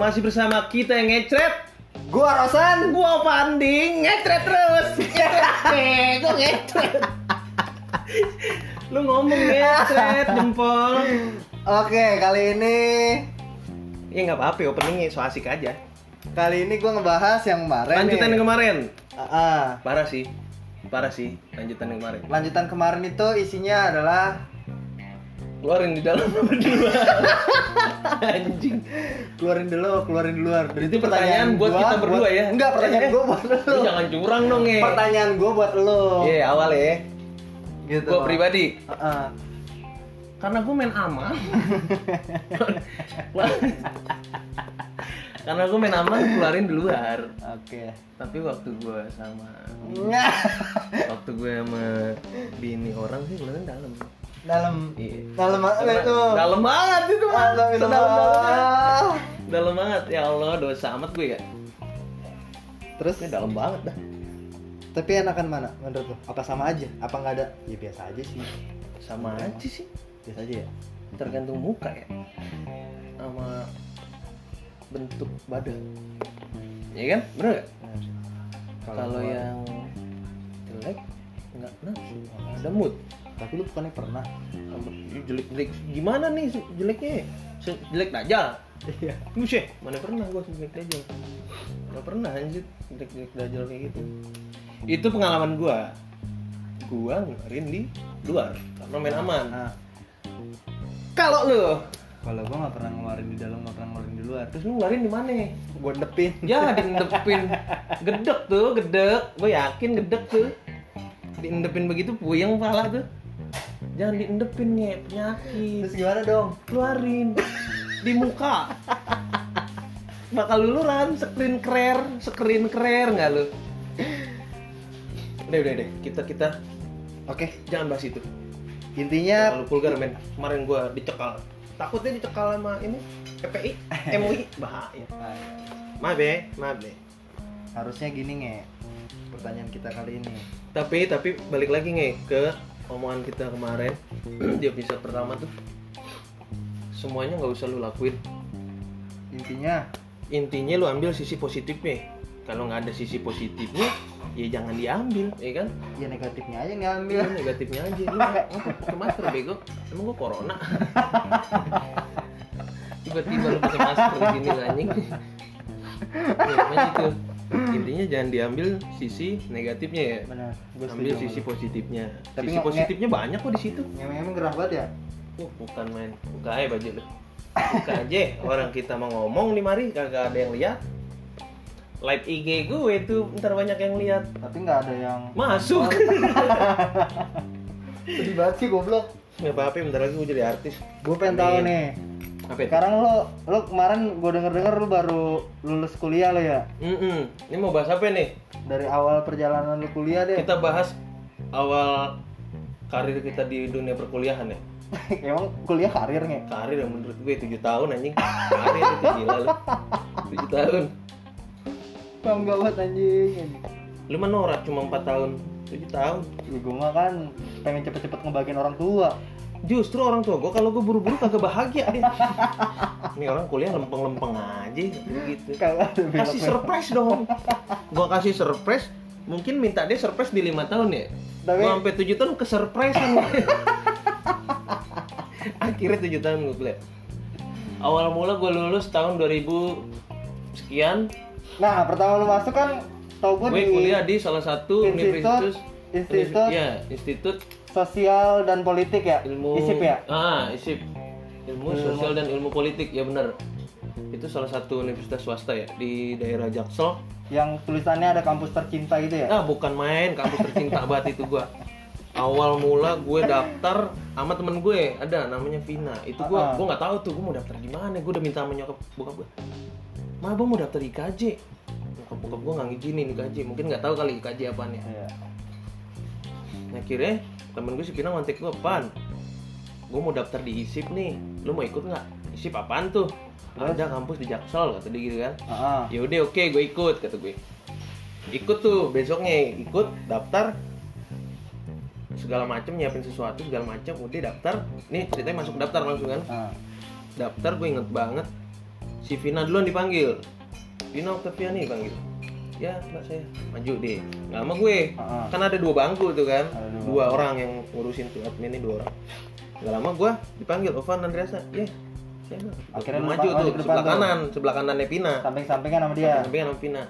Masih bersama kita yang ngecret. Gua Rosan. Gua Panding. Ngecret terus. Gua ngecret. Lu ngomong ngecret jempol. Oke, kali ini Ya nggak apa-apa, openingnya so asik aja. Kali ini gua ngebahas yang kemarin. Lanjutan yang kemarin. Ah, Parah sih. Lanjutan yang kemarin. lanjutan kemarin itu isinya adalah Keluarin di dalam berdua. Anjing. keluarin di luar. Itu pertanyaan buat kita berdua ya? Enggak, pertanyaan gua buat Lu lu. jangan curang dong ya. Pertanyaan gua buat lu. Iya, awal ya. Gitu. Gua pribadi. Heeh. Karena gue main aman. Karena gue main aman keluarin di luar. Oke. Tapi waktu gue sama bini orang sih keluarin dalam. Dalam Iya. dalam mana itu? Dalam banget itu mah. Dalam. Dalam banget. Ya Allah, dosa amat gue ya. Terus Ini dalam banget dah. tapi enakan mana menurut lu? Apa sama aja? Apa nggak ada? Ya biasa aja sih. Sama aja sih. Biasa aja ya. Tergantung muka ya. Sama bentuk badan. Iya kan? Bener gak? Kalau yang jelek nggak nafsu, ada mood. Tapi lu bukannya pernah? Jelek gimana nih jeleknya? Jelek dajal. Iya. Buset, mana pernah gua jelek dajal? Nggak pernah anjir jelek dajal kayak gitu. Itu pengalaman gua. Gua ngeluarin di luar karena main aman. Nah, Kalau lu, kalau gua nggak pernah ngeluarin di dalam, nggak pernah ngeluarin di luar. terus lu ngeluarin di mana? Gua depin. Ya diendepin. Gedek tuh, gedek. Gua yakin gedek tuh. Diendepin begitu puyeng pala tuh. Jangan diendepin nih, penyakit. Terus gimana dong? Keluarin di muka. Bakal luluran screen career nggak lu? Udah, kita Oke, jangan bahas itu. intinya Kalau vulgar men, kemarin gua dicekal. Takutnya dicekal sama ini PPI, MUI, bahaya. Maaf ya. harusnya gini nge. Pertanyaan kita kali ini. Tapi balik lagi nge ke omongan kita kemarin di episode pertama tuh. Semuanya nggak usah lu lakuin. Intinya lu ambil sisi positifnya. Kalau nggak ada sisi positifnya, ya jangan diambil, ya kan? Ya negatifnya aja ngambil. Ya, negatifnya aja. Lu pakai masker bego. Emang gua corona. Tiba-tiba lu pakai masker gini anjing. Ya, emang gitu. Intinya jangan diambil sisi negatifnya ya. Benar. Gua Ambil setuju sisi sama lu. positifnya. Tapi Sisi positifnya banyak kok di situ. Ngemeng gerah banget ya. Bukan main. Buka aja baju lu. Buka aja. Orang kita mau ngomong nih mari kagak ada yang lihat. Live IG gue tuh ntar banyak yang lihat. Tapi nggak ada yang Masuk. sedih banget sih goblok. Nggak apa-apa, bentar lagi gue jadi artis. Gue pengen tahu Amin. nih. Apa itu? Sekarang lo kemarin gue denger lu baru lulus kuliah lo ya. Ini mau bahas apa nih? Dari awal perjalanan lu kuliah deh. Kita bahas awal karir kita di dunia perkuliahan ya. Emang kuliah karir nge? Karir yang menurut gue 7 tahun anjing. Karir itu gila lu. 7 tahun. Bangga banget anjing. Lu mah norak cuma 4 tahun. 7 tahun. Ya gue mah kan pengen cepet-cepet ngebagiin orang tua. Justru orang tua gue kalau gue buru-buru kagak bahagia deh. Ini orang kuliah lempeng-lempeng aja gitu. Kagak ada belok. Kasih surprise dong. Gue kasih surprise, mungkin minta dia surprise di 5 tahun ya. Tapi- Gue sampai 7 tahun ke surprisean. Akhirnya 7 tahun gue kuliah. Awal mula gue lulus tahun 2000 sekian. Nah, pertama lu masuk kan tau gue Gue di kuliah di salah satu universitas Institut Sosial dan Politik ya? Ilmu ISIP ya? ISIP. Ilmu Sosial dan Ilmu Politik, ya benar. Itu salah satu universitas swasta ya di daerah Jaksel. Yang tulisannya ada kampus tercinta gitu ya? Bukan main, kampus tercinta banget itu gua. Awal mula gue daftar sama temen gue, ada namanya Vina. Itu gua nggak tahu tuh gue mau daftar di mana. Gue udah minta sama nyokap bokap gue. "Ma, Bang mau daftar IKJ." Nyokap bokap gue nggak ngizinin IKJ, mungkin nggak tahu kali IKJ apaan ya. Iya. Nah, akhirnya temen gue si Vina ngontek gue, "Pan, gue mau daftar di ISIP nih, lu mau ikut nggak?" "ISIP apaan tuh?" "Ada kampus di Jaksel," kata dia gitu kan. "Ya udah, oke, gue ikut," kata gue. Ikut tuh, besoknya ikut daftar segala macam, nyiapin sesuatu segala macam, udah daftar. Nih ceritanya masuk daftar langsung kan. Daftar, gue inget banget Si Vina duluan dipanggil. Vina Oktaviani dipanggil. Ya mbak saya maju deh. Nggak sama gue. Kan ada 2 bangku tuh kan. 2 orang yang ngurusin tuh admin ini 2 orang. Nggak lama gue dipanggil Ovan Andreasa. Ya saya mbak. Akhirnya maju tuh sebelah kanannya Vina. Samping-sampingan sama dia. Sampingan sama Vina.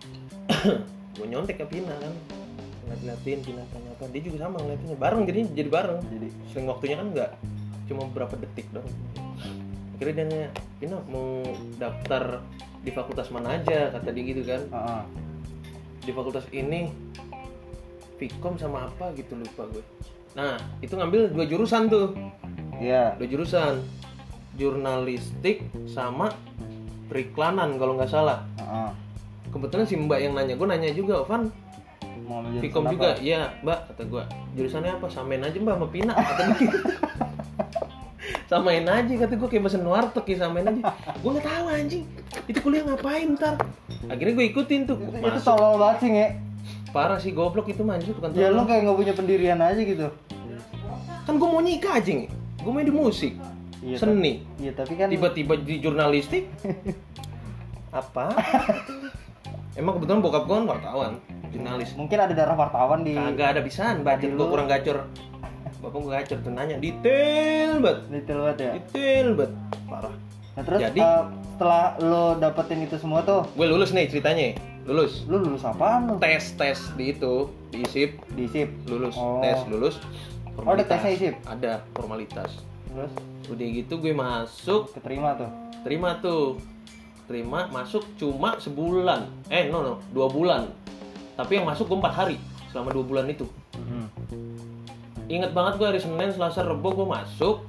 Gue nyontek ke Vina kan. Ngeliatin Vina tanya apa. Dia juga sama ngeliatinnya. Bareng jadi bareng. Jadi sering waktunya kan nggak cuma beberapa detik dong. Akhirnya dia nanya, Vina mau daftar di fakultas mana aja, kata dia gitu kan. Di fakultas ini Vkom sama apa gitu lupa gue. Nah itu ngambil 2 jurusan tuh. Iya. 2 jurusan, jurnalistik sama periklanan kalau nggak salah. Kebetulan si mbak yang nanya, gue nanya juga, Van Vkom juga, iya mbak, kata gue. Jurusannya apa? Samain aja mbak sama Pina, kata dia. Samain aja, kata gue, kayak pesen warteg ya, samain aja. Gue nggak tahu anjing, itu kuliah ngapain ntar. Akhirnya gue ikutin tuh. Itu tolol banget sih nge. Parah sih, goblok itu manjur bukan tolol. Ya lu kayak nggak punya pendirian aja gitu. Kan gue mau nikah anjing, gue main di musik, seni. Iya tapi kan tiba-tiba di jurnalistik. Apa? Emang kebetulan bokap gue kan wartawan, jurnalis. Mungkin ada darah wartawan di. Kagak ada bisaan, budget gue kurang gacor. Bapak gue gacor tuh nanya detail banget ya. Detail banget, parah. Nah terus jadi setelah lo dapetin itu semua tuh, gue lulus nih ceritanya. Lulus apaan lo? Tes di itu, di ISIP. Lulus, tes lulus. Ada tesnya ISIP? Ada, formalitas. Terus? Udah gitu gue masuk. Keterima tuh? Terima, masuk cuma sebulan. 2 bulan. Tapi yang masuk gue 4 hari selama 2 bulan itu. Ingat banget gue hari Senin, Selasa, Rebo gue masuk.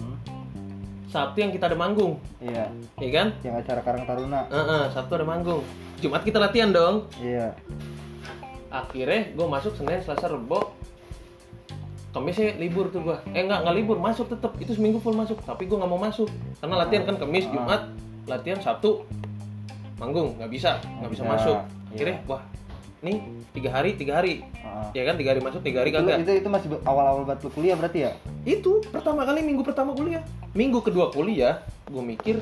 Sabtu yang kita ada manggung. Iya kan? Yang acara Karang Taruna. Sabtu ada manggung. Jumat kita latihan dong. Iya. Akhirnya gue masuk Senin, Selasa, Rebo. Kamisnya libur tuh gue. Enggak libur, masuk tetap. Itu seminggu full masuk. Tapi gue nggak mau masuk karena latihan kan Kamis, Jumat, latihan Sabtu, manggung. Nggak bisa masuk. Akhirnya wah, nih 3 hari. Ya kan 3 hari masuk, 3 hari kagak. Itu masih awal-awal batu kuliah berarti ya? Itu minggu pertama kuliah. Minggu kedua kuliah, gue mikir,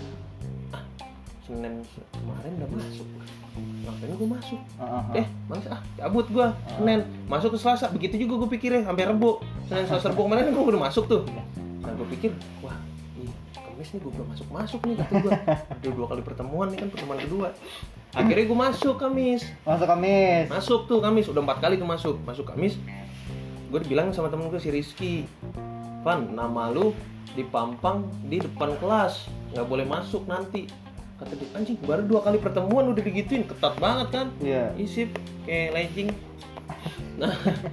Senin kemarin udah masuk. Ngapain gue masuk? Males cabut gue. Senin masuk ke Selasa, begitu juga gue pikirnya sampai Rebo. Senin, Selasa, Rebo kemarin gue udah masuk tuh. Nah gue pikir, wah, Kamis nih gue belum masuk nih kata gue. Udah 2 kali pertemuan nih kan, pertemuan kedua. Akhirnya gue masuk Kamis. Masuk tuh Kamis, udah 4 kali tuh masuk Kamis. Gue dibilang sama temen gue si Rizky, Van, nama lu dipampang di depan kelas, nggak boleh masuk nanti. Kata dia, anjing baru 2 kali pertemuan udah digituin, ketat banget kan? Iya. Isip kayak legging. Nah,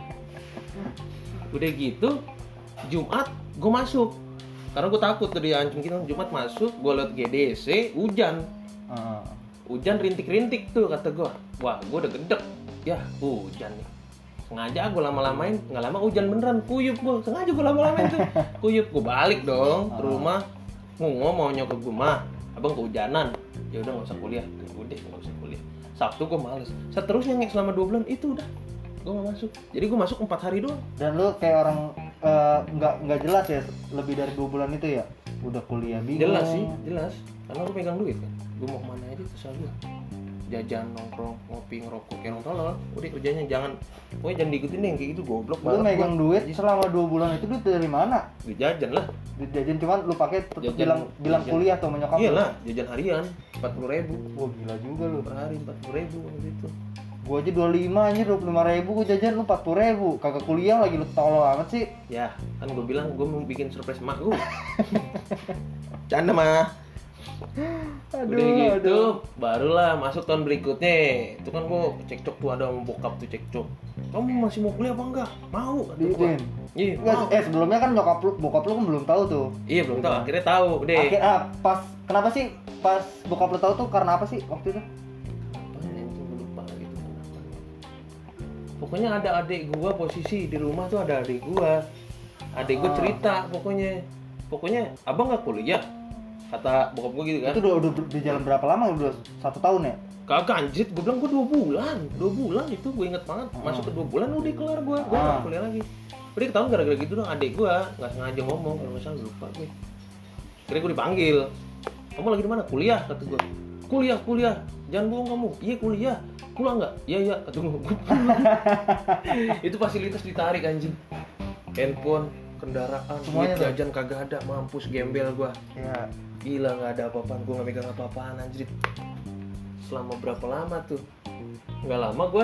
udah gitu Jumat gue masuk karena gue takut tuh dia ancam gitu. Jumat masuk, gue liat GDC hujan. Hujan rintik-rintik tuh, kata gue, wah gue udah gedek ya, hujan nih. Sengaja gue lama-lamain, nggak lama hujan beneran, kuyup gue, sengaja gue lama-lamain tuh, kuyup. Gue balik dong ke rumah, mau nyokap gue, mah abang kehujanan, ya udah nggak usah kuliah. Nggak usah kuliah. Sabtu gue males, seterusnya selama 2 bulan itu udah gue nggak masuk. Jadi gue masuk 4 hari doang. Dan lu kayak orang nggak jelas ya, lebih dari 2 bulan itu ya udah kuliah bingung. Jelas karena gue pegang duit kan, gue mau kemana aja terserah gue. Jajan, nongkrong, ngopi, ngerokok, kayak orang tolol. Udah kerjanya jangan diikutin deh kayak gitu, goblok banget. Lu megang duit selama 2 bulan itu duit dari mana? Duit jajan lah. Duit jajan cuman lu pakai tetep bilang kuliah atau menyokap? Iyalah, jajan harian 40.000. Wah gila juga lu. Per hari 40.000 gitu. Gua aja 25 anjir, 25.000 gua jajan, lu 40.000. Kagak kuliah lagi, lu tolol amat sih. Ya, kan gua bilang gua mau bikin surprise emak gua. Canda mah. Udah gitu, barulah masuk tahun berikutnya. Itu kan gua cekcok tuh, ada sama bokap tuh cekcok. Kamu masih mau kuliah apa enggak? Mau, kata gua. Iya. Sebelumnya kan bokap lu kan belum tahu tuh. Iya, belum tahu. Akhirnya tahu deh. Pas kenapa sih pas bokap lu tahu tuh karena apa sih waktu itu? Pokoknya ada adik gua posisi di rumah tuh, ada adik gua. Adik gua cerita pokoknya abang nggak kuliah, kata bokap gua gitu kan. Itu udah di jalan berapa lama? Udah 1 tahun ya? Kagak anjir, gua bilang gua 2 bulan itu gua inget banget. Masuk ke 2 bulan udah kelar gua nggak kuliah lagi. Udah ketahuan gara-gara gitu dong, adik gua nggak sengaja ngomong, kalau nggak salah lupa gue. Kira gua dipanggil Kamu lagi di mana? Kuliah, kata gue. Kuliah. Jangan bohong kamu. Iya kuliah. Pulang nggak? Iya, kata gue. Itu fasilitas ditarik anjing. Handphone, kendaraan, duit jajan kagak ada, mampus gembel gue. Iya. Gila, nggak ada apa-apaan, gue nggak megang apa-apaan anjir. Selama berapa lama tuh? Nggak lama gue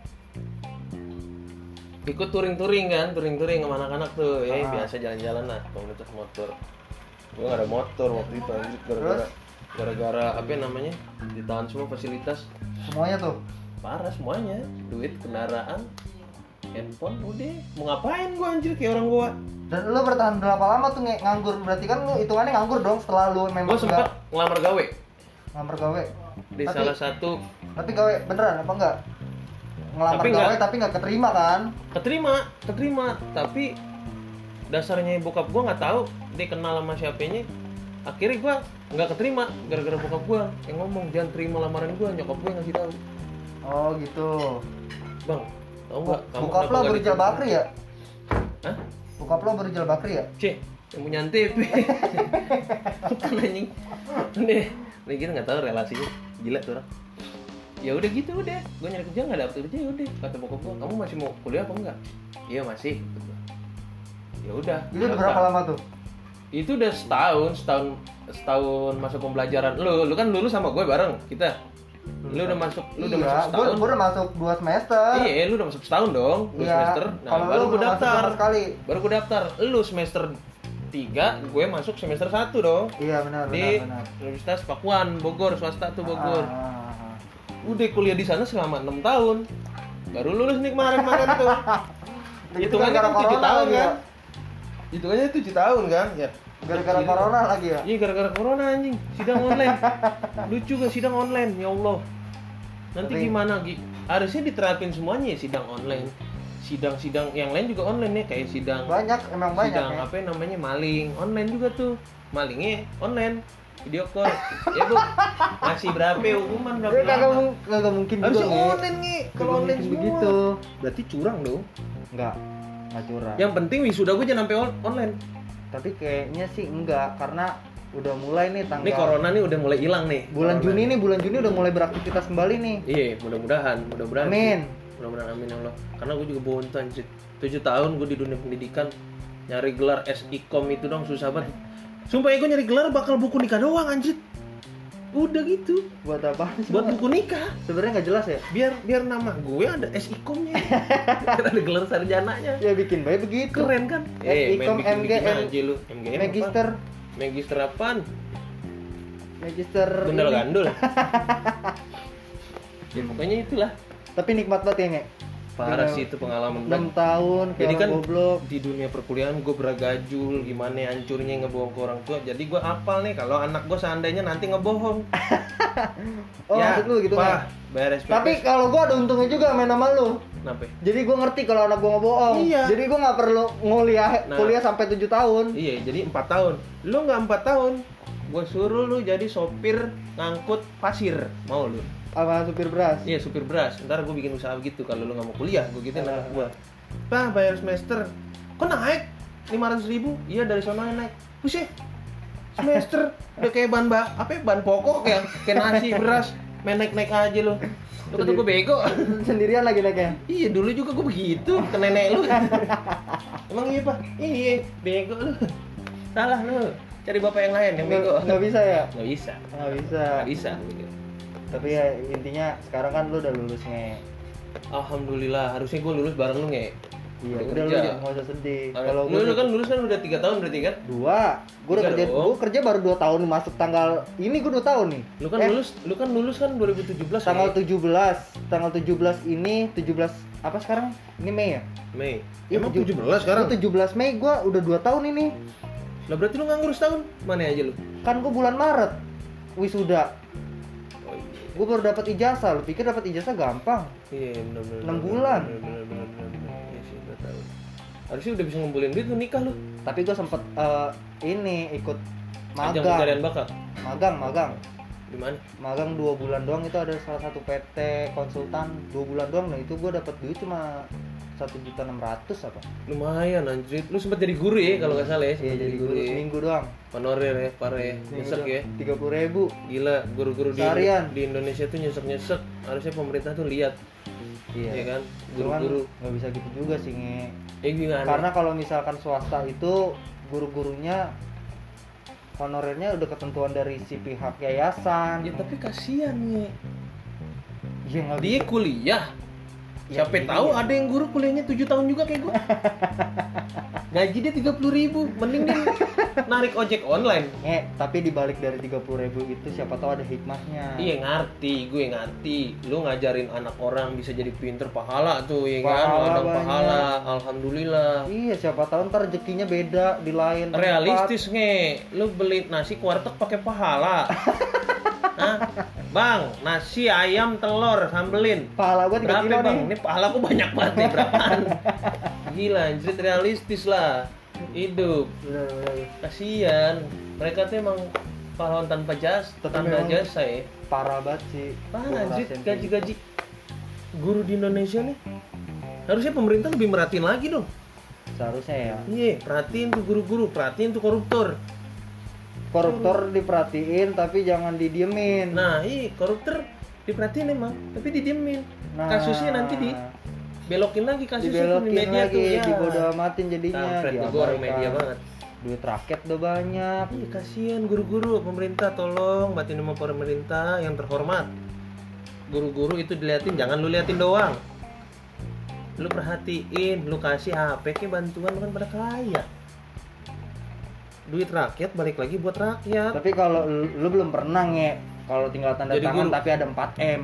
ikut touring sama anak-anak tuh, biasa jalan-jalan lah, komunitas motor. Gue nggak ada motor waktu itu anjir, gara-gara apa namanya, ditahan semua fasilitas. Semuanya tuh? Parah semuanya, duit, kendaraan, handphone, udah. Mau ngapain gue anjir kayak orang gue. Dan lu bertahan berapa lama tuh nganggur? Berarti kan lu hitungannya nganggur dong setelah lu memang. Gue sempet ngelamar gawe di salah satu. Tapi gawe beneran apa enggak? Ngelamar gawe tapi nggak keterima kan? Keterima, tapi dasarnya bokap gue nggak tahu dia kenal sama siapanya. Akhirnya gue nggak keterima gara-gara bokap gue yang ngomong jangan terima lamaran gue, nyokap gue ngasih tahu. Oh gitu. Bang, tahu nggak? Bokap lo berijal bakri ya? Hah? Bokap lo berijal bakri ya? Yang punya antep. Bukan anjing. Nih kita nggak tahu relasinya, gila tuh orang. Ya udah gitu udah, gue nyari kerja nggak dapet kerja ya udah. Kata bokap gue, kamu masih mau kuliah apa enggak? Iya masih. Ya udah. Itu udah berapa lama tuh? Itu udah setahun masuk pembelajaran. Lu kan lulus sama gue bareng kita. Lu udah masuk setahun. Gue udah masuk 2 semester. Iya, lu udah masuk setahun dong, 2 semester. Nah, baru gue daftar. Baru gue daftar. Lu semester 3, gue masuk semester 1 dong. Iya benar. Di Universitas Pakuan, Bogor, swasta tuh Bogor. Udah kuliah di sana selama 6 tahun. Baru lulus nih kemarin tuh. Hitungannya kan 7 tahun kan? Hitungannya 7 tahun kan? Ya. Gara-gara corona lagi ya? Iya, gara-gara corona anjing. Sidang online. Lucu gak sidang online? Ya Allah. Nanti gimana, Gi? Harusnya diterapin semuanya ya sidang online. Sidang-sidang yang lain juga online ya, kayak sidang banyak sidang ya? Apa namanya, maling online juga tuh. Malingnya online, video call. Ya Bu, ngasih berapa hukuman berapa lama? Kagak mungkin juga. Harusnya online nih. Kalau online semua begitu. Berarti curang dong. Enggak curang. Yang penting wisuda gue jangan sampai online. Tapi kayaknya sih enggak, karena udah mulai nih tanggal. Ini corona nih udah mulai hilang nih. Bulan Juni udah mulai beraktivitas kembali nih. Iya, mudah-mudahan. Amin. Mudah-mudahan amin ya Allah. Karena gue juga bontot anjir. 7 tahun gue di dunia pendidikan, nyari gelar SIKOM itu dong susah banget. Sumpah ya, gue nyari gelar bakal buku nikah doang anjir. Udah gitu. Buat apa? Buat buku nikah. Sebenarnya nggak jelas ya. Biar nama gue ada SIKOM-nya. Biar ada gelar sarjananya. Ya bikin baik begitu. Keren kan? SIKOM MGM aja lu. MGM Magister. Magister apaan? Magister Gundal gandul. Ya pokoknya itulah. Tapi nikmat banget ya, Nge? Parah sih itu pengalaman 6 tahun jadi kan goblok. Di dunia perkuliahan gue beragajul gimana hancurnya ngebohong ke orang tua. Jadi gue hafal nih kalau anak gue seandainya nanti ngebohong. Oh ya, maksud lu gitu kan? Beres. Tapi kalau gue ada untungnya juga main sama lu. Kenapa? Jadi gue ngerti kalau anak gue ngebohong. Iya. Jadi gue nggak perlu kuliah sampai 7 tahun. Iya, jadi 4 tahun. Lu nggak 4 tahun. Gue suruh lu jadi sopir ngangkut pasir. Mau lu? Apa supir beras? Iya, supir beras. Ntar gue bikin usaha begitu kalau lu nggak mau kuliah, gue gituin anak gue. Pak, bayar semester. Kok naik? 500.000? Iya, dari sana naik. Buset. Semester udah kayak bahan pokok kayak nasi, beras. Main naik aja lu. Lu kata gue bego. Sendirian lagi naiknya? Iya, dulu juga gue begitu ke nenek lu. Emang iya, Pak? Iya, bego lu. Salah lu. Cari bapak yang lain yang bego. Nggak bisa ya? Nggak bisa. Nggak bisa. Tapi ya intinya sekarang kan lu udah lulus, Nge. Alhamdulillah, harusnya gue lulus bareng lu, Nge. Iya, udah lu jangan usah sedih. Kalau lu kan lulus kan udah 3 tahun berarti kan? 2. Gue kerja baru 2 tahun masuk tanggal ini gue 2 tahun nih. Lu kan lulus kan 2017. Tanggal 17 ini 17 apa sekarang? Ini Mei ya? Mei. Emang 17 sekarang? 17 Mei gue udah 2 tahun ini. Lah berarti lu nganggur setahun? Mana aja lu? Kan gue bulan Maret wisuda. Gue baru dapat ijazah, lu pikir dapat ijazah gampang? Iya, benar-benar. 6 bulan. Benar. Iya sih, 2 tahun. Harusnya udah bisa ngumpulin duit lu nikah lu. Tapi gue sempet ini ikut magang. Ajang pencarian bakat. Magang. Di mana? Magang 2 bulan doang, itu ada salah satu PT konsultan 2 bulan doang. Nah itu gue dapat duit cuma 1.600.000 apa? Lumayan anjir. Lu sempat jadi guru ya kalau nggak salah ya? Iya, jadi guru seminggu doang. Honorer ya, parah ya. Nyesek ya. 30.000. Gila, guru-guru di Indonesia tuh nyesek-nyesek. Harusnya pemerintah tuh lihat. Iya Ya kan? Cuman Guru-guru. nggak bisa gitu juga sih, Nge. Gimana? Karena kalau misalkan swasta itu guru-gurunya honorernya udah ketentuan dari si pihak yayasan. Ya tapi kasihan nih. Ya, nggak Dia bisa. kuliah. Ya, Siapa iya. tahu ada yang guru kuliahnya 7 tahun juga kayak gue. Gaji dia 30.000, mending dia narik ojek online. Tapi dibalik dari 30.000 itu siapa tahu ada hikmahnya. Iya ngerti, gue ngerti. Lu ngajarin anak orang bisa jadi pinter, pahala tuh, ya kan? Pahala Ladang banyak. pahala, alhamdulillah. Iya, siapa tahu ntar rezekinya beda di lain tempat. Realistis nge, lu beli nasi kuartek pakai pahala. Hah? Bang, nasi ayam telur sambelin. Pahala gua 3 Berapa kilo bang? nih. Ini pahala aku banyak banget nih, berapaan? Gila, anjir realistis lah. Hidup. Bener-bener. Kasian. Mereka tuh emang pahlawan tanpa Tapi tanda memang jasa ya. Parah banget sih. Parah Gua anjir, ngerasain gaji-gaji guru di Indonesia nih. Harusnya pemerintah lebih merhatiin lagi dong. Seharusnya ya. Iya, perhatiin tuh guru-guru, perhatiin tuh koruptor. Koruptor diperhatiin tapi jangan didiemin. Nah, iya, koruptor diperhatiin emang, tapi didiemin. Nah, Kasusnya nanti dibelokin lagi kasusnya tuh di dibelokin media lagi, tuh ya. dibodoh amatin jadinya. Kampret tuh, gua orang media banget. Duit rakyat udah banyak. Iya, kasihan guru-guru, pemerintah tolong batin sama pemerintah yang terhormat. Guru-guru itu diliatin, jangan lu liatin doang. Lu perhatiin, lu kasih HP ke bantuan, lu kan pada kaya. Duit rakyat balik lagi buat rakyat. Tapi kalau lu belum pernah kalau tinggal tanda Jadi tangan guru. tapi ada 4M.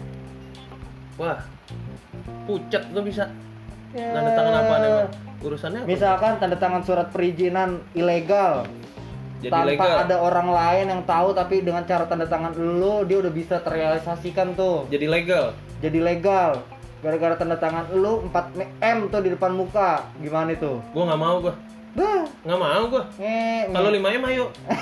Wah, pucat lu bisa. Ya. Tanda tangan apa emang? Urusannya apa? Misalkan tanda tangan surat perizinan ilegal. Jadi Tanpa legal. ada orang lain yang tahu, tapi dengan cara tanda tangan lu dia udah bisa terrealisasikan tuh. Jadi legal. Jadi legal. Gara-gara tanda tangan lu 4M tuh di depan muka. Gimana itu? Gua nggak mau gua. Dah. Nggak mau gua. Kalau 5M ayo.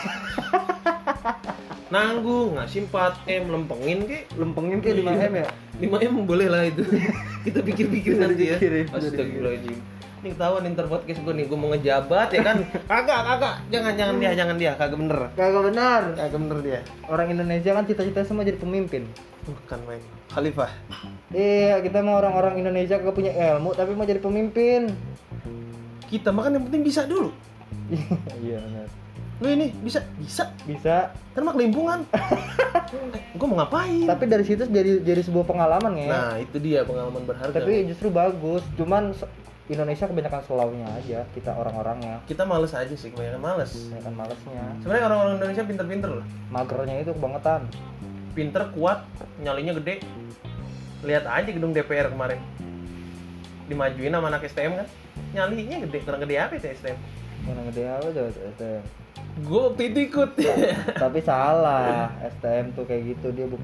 Nanggung, ngasih 4M, lempengin ke. Lempengin kayak 5M ya? 5M boleh lah itu. Kita pikir-pikir Bisa nanti ya. dipikirin. Astagfirullahaladzim. Ini ketahuan ntar podcast gue nih, gue mau ngejabat ya kan. Kagak. Jangan dia, kagak bener. Kagak benar. Kagak bener dia. Orang Indonesia kan cita-cita semua jadi pemimpin. Bukan main. Khalifah. Iya, kita mah orang-orang Indonesia kagak punya ilmu tapi mau jadi pemimpin. Kita makan yang penting bisa dulu. Iya benar. Lu ini bisa. Bisa. Ntar mah kelimpungan. Gue mau ngapain? Tapi dari situ jadi sebuah pengalaman ya. Nah itu dia pengalaman berharga. Tapi justru bagus. Cuman Indonesia kebanyakan selaunya aja kita orang-orangnya. kita males aja sih, kebanyakan males. Kebanyakan malesnya. Sebenarnya orang-orang Indonesia pinter-pinter loh. Magernya itu kebangetan. Pinter, kuat, nyalinya gede. Lihat aja gedung DPR kemarin. Dimajuin sama anak STM kan. Nyalinya gede, kurang gede apa itu STM? Mana gede apa tuh STM? Gue waktu itu ikut. Tapi salah, STM tuh kayak gitu, dia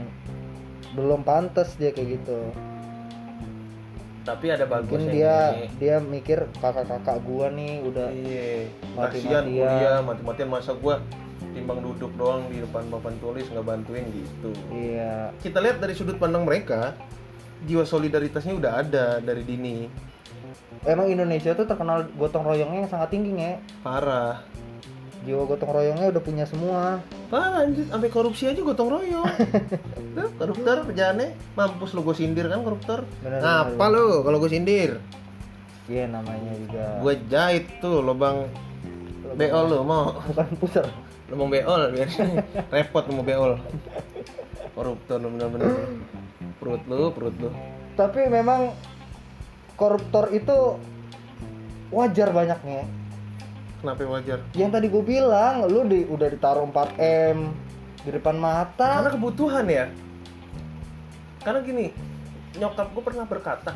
belum pantas dia kayak gitu. Tapi ada Mungkin bagusnya. dia mikir kakak-kakak gua nih udah Iya, Mati-matian. kasihan kuliah, mati-matian masa gua timbang duduk doang di depan papan tulis nggak bantuin gitu. iya. Kita lihat dari sudut pandang mereka, jiwa solidaritasnya udah ada dari dini. Emang Indonesia tuh terkenal gotong royongnya yang sangat tinggi Parah. Jiwa gotong royongnya udah punya semua. Parah anjir, sampai korupsi aja gotong royong. Tuh, koruptor kerjaannya mampus lo, gue sindir kan koruptor. Bener, Ngapa bener. lo kalau gue sindir? Iya namanya juga. Gue jahit tuh lubang beol lo mau. Bukan pusar. Lubang beol biar repot mau beol. Koruptor lo bener-bener. Perut lo. Tapi memang koruptor itu wajar banyaknya. Kenapa wajar? Yang tadi gue bilang, lu udah ditaruh 4M di depan mata. Karena kebutuhan ya. Karena gini, nyokap gue pernah berkata,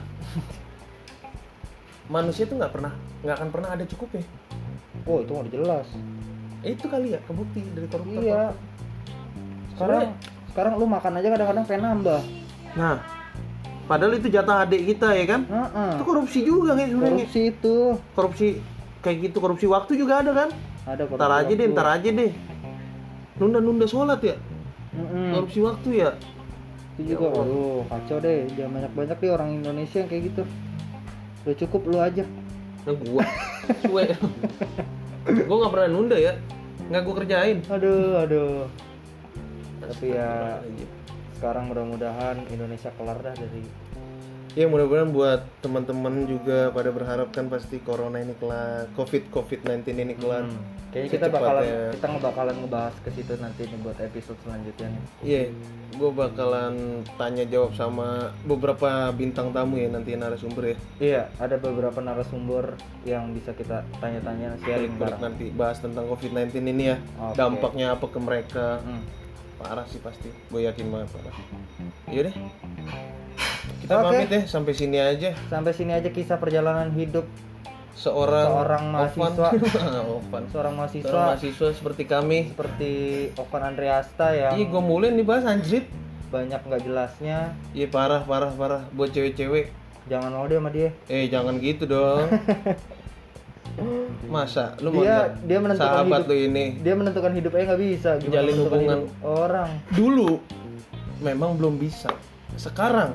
manusia tuh nggak akan pernah ada cukupnya. Oh itu udah jelas. Itu kali ya kebukti dari koruptor. Iya. Sekarang lu makan aja kadang-kadang pengen nambah. Nah, padahal itu jatah adik kita ya kan? Itu korupsi juga kan sebenarnya. Korupsi itu. Korupsi kayak gitu, korupsi waktu juga ada kan? Ada korupsi. Ntar aja deh. Nunda sholat ya? Korupsi waktu ya? Itu juga, waduh kacau deh. Jangan banyak-banyak deh orang Indonesia yang kayak gitu. Udah cukup lu aja. Nah gua suwe. Gua nggak pernah nunda ya, nggak gua kerjain. Aduh. Tapi ya sekarang mudah-mudahan Indonesia kelar dah dari. Ya mudah-mudahan buat teman-teman juga pada berharap kan pasti corona ini kelar, COVID-19 ini kelar. Kayaknya kita bakalan ngebahas ke situ nanti nih buat episode selanjutnya nih. Iya, gue bakalan tanya jawab sama beberapa bintang tamu ya nanti narasumber ya. Iya, ada beberapa narasumber yang bisa kita tanya-tanya sharing bareng. Nanti bahas tentang COVID-19 ini ya, dampaknya apa ke mereka. Parah sih pasti, gue yakin banget parah. Iya deh. Kita pamit ya, sampai sini aja. Sampai sini aja kisah perjalanan hidup seorang mahasiswa. Seorang mahasiswa seperti kami. Seperti Ovan Andreasta ya. Iya, gue mulai nih bahas anjrit. Banyak nggak jelasnya. Iya parah. Buat cewek-cewek. Jangan mau dia sama dia. Jangan gitu dong. Masa lu mau dia menentukan sahabat hidup, lu ini? Dia menentukan hidupnya nggak bisa. Jalin hubungan orang. Dulu memang belum bisa. Sekarang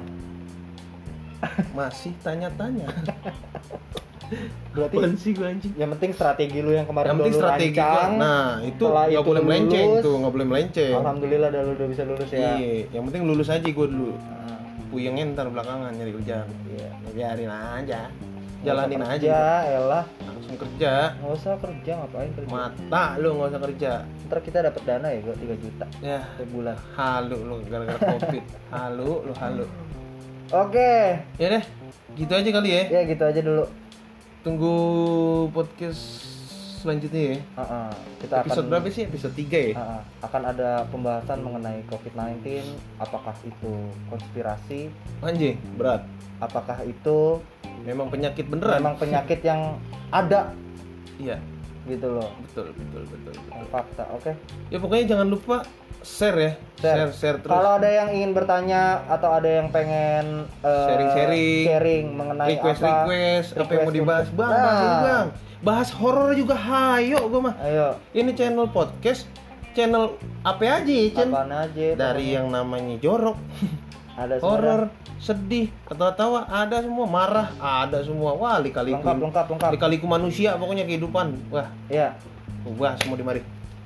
masih tanya-tanya. Berarti sih gue anjing. Yang penting strategi lu yang kemarin lu rancang. Nah, itu nggak boleh melenceng tuh, nggak boleh melenceng. Alhamdulillah lu udah bisa lulus ya. Iya, yang penting lulus aja gue dulu. Puyengnya ntar belakangan nyari kerjaan. Iya, biarin aja. Jalanin aja. Elah. Langsung kerja. Nggak usah kerja, ngapain kerja? Mata lu nggak usah kerja. Ntar kita dapat dana ya, gue 3 juta. Ya, sebulan. Halu lu gara-gara Covid. Halu. Oke. Ya deh, gitu aja kali ya. Ya gitu aja dulu. Tunggu podcast selanjutnya ya. Kita episode berapa sih? Episode 3 ya? Akan ada pembahasan mengenai COVID-19. Apakah itu konspirasi? Anjing, berat. Apakah itu memang penyakit beneran? Memang penyakit yang ada. Iya. Gitu loh. Betul. Fakta, oke. Ya pokoknya jangan lupa share ya. Share terus. Kalau ada yang ingin bertanya atau ada yang pengen sharing mengenai request apa yang mau dibahas, Bang. Bahas horor juga hayo gua mah. Ayo. Ini channel podcast, channel apa aja ya, Apaan aja. Dari yang namanya jorok, ada horor, sedih, ketawa-tawa, ada semua, marah, ada semua. Wah, lika-liku. Lengkap. Lika-liku manusia pokoknya kehidupan. Wah. Iya. Wah, semua dimari.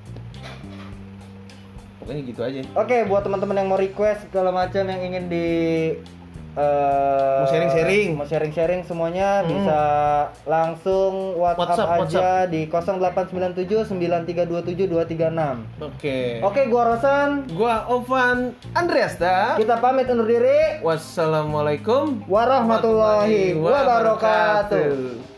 Pokoknya gitu aja. Oke, buat teman-teman yang mau request segala macam yang ingin mau sharing semuanya bisa langsung WhatsApp aja di 0897 9327 236. Oke, gua Rosan, gua Ovan Andreasta. Kita pamit undur diri. Wassalamualaikum warahmatullahi wabarakatuh.